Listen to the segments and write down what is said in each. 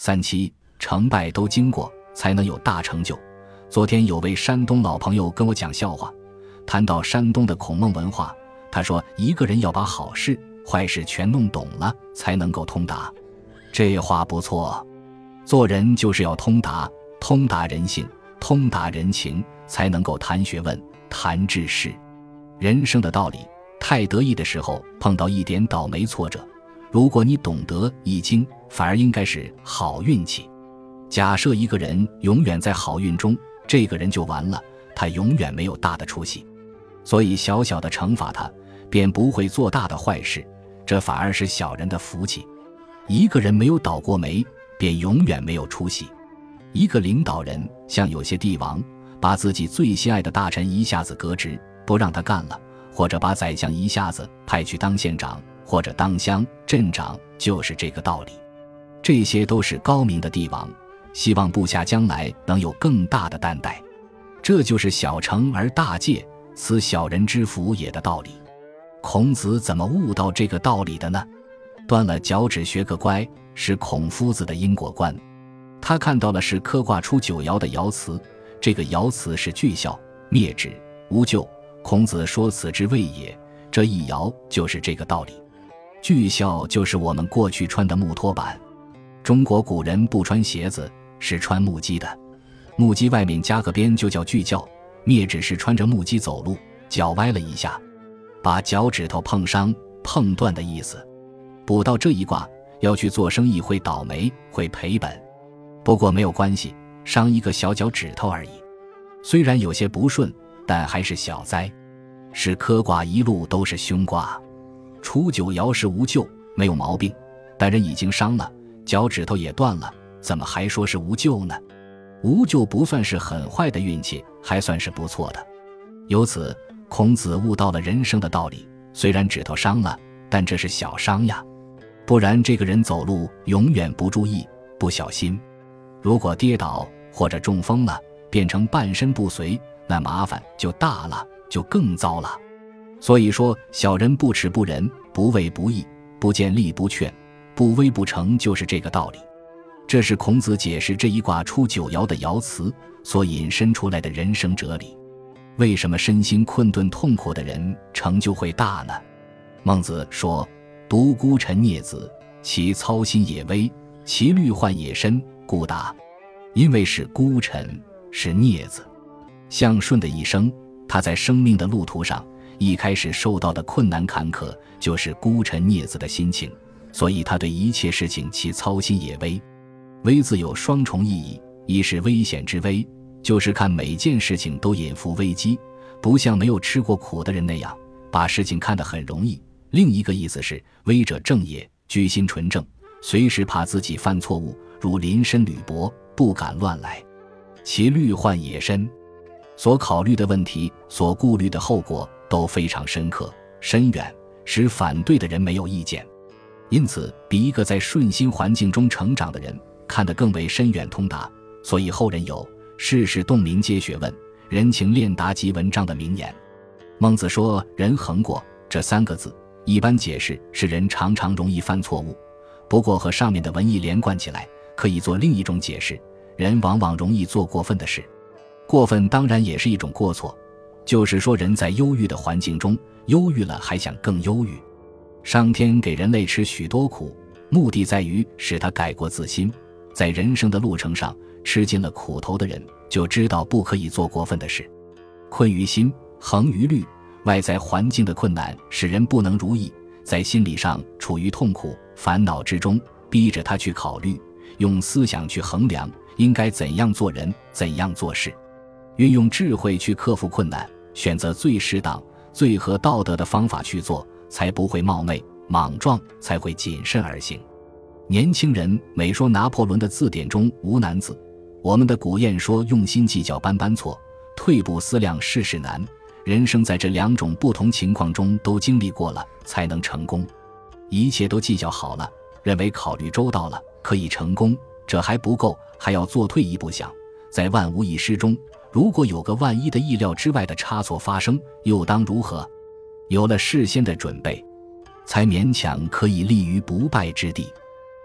3、7成败都经过，才能有大成就。昨天有位山东老朋友跟我讲笑话，谈到山东的孔孟文化，他说一个人要把好事坏事全弄懂了才能够通达。这话不错，做人就是要通达，通达人性，通达人情，才能够谈学问，谈治世。人生的道理，太得意的时候碰到一点倒霉挫折，如果你懂得易经，反而应该是好运气。假设一个人永远在好运中，这个人就完了，他永远没有大的出息。所以小小的惩罚他，便不会做大的坏事，这反而是小人的福气。一个人没有倒过霉，便永远没有出息。一个领导人，像有些帝王，把自己最心爱的大臣一下子革职，不让他干了，或者把宰相一下子派去当县长，或者当乡镇长，就是这个道理。这些都是高明的帝王，希望部下将来能有更大的担待。这就是小成而大戒，此小人之福也的道理。孔子怎么悟到这个道理的呢？断了脚趾学个乖，是孔夫子的因果观。他看到了是科卦出九爻的爻辞，这个爻辞是巨孝、灭趾、无咎。孔子说此之谓也，这一爻就是这个道理。巨孝就是我们过去穿的木托板，中国古人不穿鞋子，是穿木屐的，木屐外面加个边就叫巨教。灭趾是穿着木屐走路，脚歪了一下，把脚趾头碰伤碰断的意思。补到这一卦，要去做生意会倒霉，会赔本。不过没有关系，伤一个小脚趾头而已，虽然有些不顺，但还是小灾。是科卦一路都是凶卦，初九爻是无咎，没有毛病，但人已经伤了，脚趾头也断了，怎么还说是无咎呢？无咎不算是很坏的运气，还算是不错的。由此孔子悟到了人生的道理，虽然指头伤了，但这是小伤呀，不然这个人走路永远不注意不小心，如果跌倒或者中风了，变成半身不遂，那麻烦就大了，就更糟了。所以说小人不耻不仁，不畏不义，不见利不劝，不威不成，就是这个道理。这是孔子解释这一卦出九爻的爻辞所引申出来的人生哲理。为什么身心困顿痛苦的人成就会大呢？孟子说，独孤臣孽子，其操心也微，其虑患也深，故大。因为是孤臣，是孽子。向舜的一生，他在生命的路途上一开始受到的困难坎坷，就是孤臣孽子的心情，所以他对一切事情其操心也微。微字有双重意义，一是危险之危，就是看每件事情都隐伏危机，不像没有吃过苦的人那样把事情看得很容易。另一个意思是危者正也，居心纯正，随时怕自己犯错误，如临深履薄，不敢乱来。其虑患也深，所考虑的问题，所顾虑的后果都非常深刻深远，使反对的人没有意见，因此比一个在顺心环境中成长的人看得更为深远通达。所以后人有世事洞明皆学问，人情练达即文章的名言。孟子说人恒过这三个字，一般解释是人常常容易犯错误，不过和上面的文意连贯起来，可以做另一种解释，人往往容易做过分的事。过分当然也是一种过错，就是说人在忧郁的环境中，忧郁了还想更忧郁。上天给人类吃许多苦，目的在于使他改过自新。在人生的路程上，吃尽了苦头的人就知道不可以做过分的事。困于心，恒于虑，外在环境的困难使人不能如意，在心理上处于痛苦烦恼之中，逼着他去考虑，用思想去衡量应该怎样做人，怎样做事，运用智慧去克服困难，选择最适当最合道德的方法去做，才不会冒昧莽撞，才会谨慎而行。年轻人每说拿破仑的字典中无难字，我们的古谚说用心计较般般错，退步思量事事难。人生在这两种不同情况中都经历过了，才能成功。一切都计较好了，认为考虑周到了，可以成功，这还不够，还要做退一步想，在万无一失中，如果有个万一的意料之外的差错发生，又当如何？有了事先的准备，才勉强可以立于不败之地。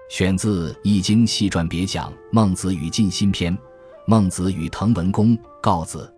选自《易经细传别讲》孟子与晋心篇。孟子与滕文公、告子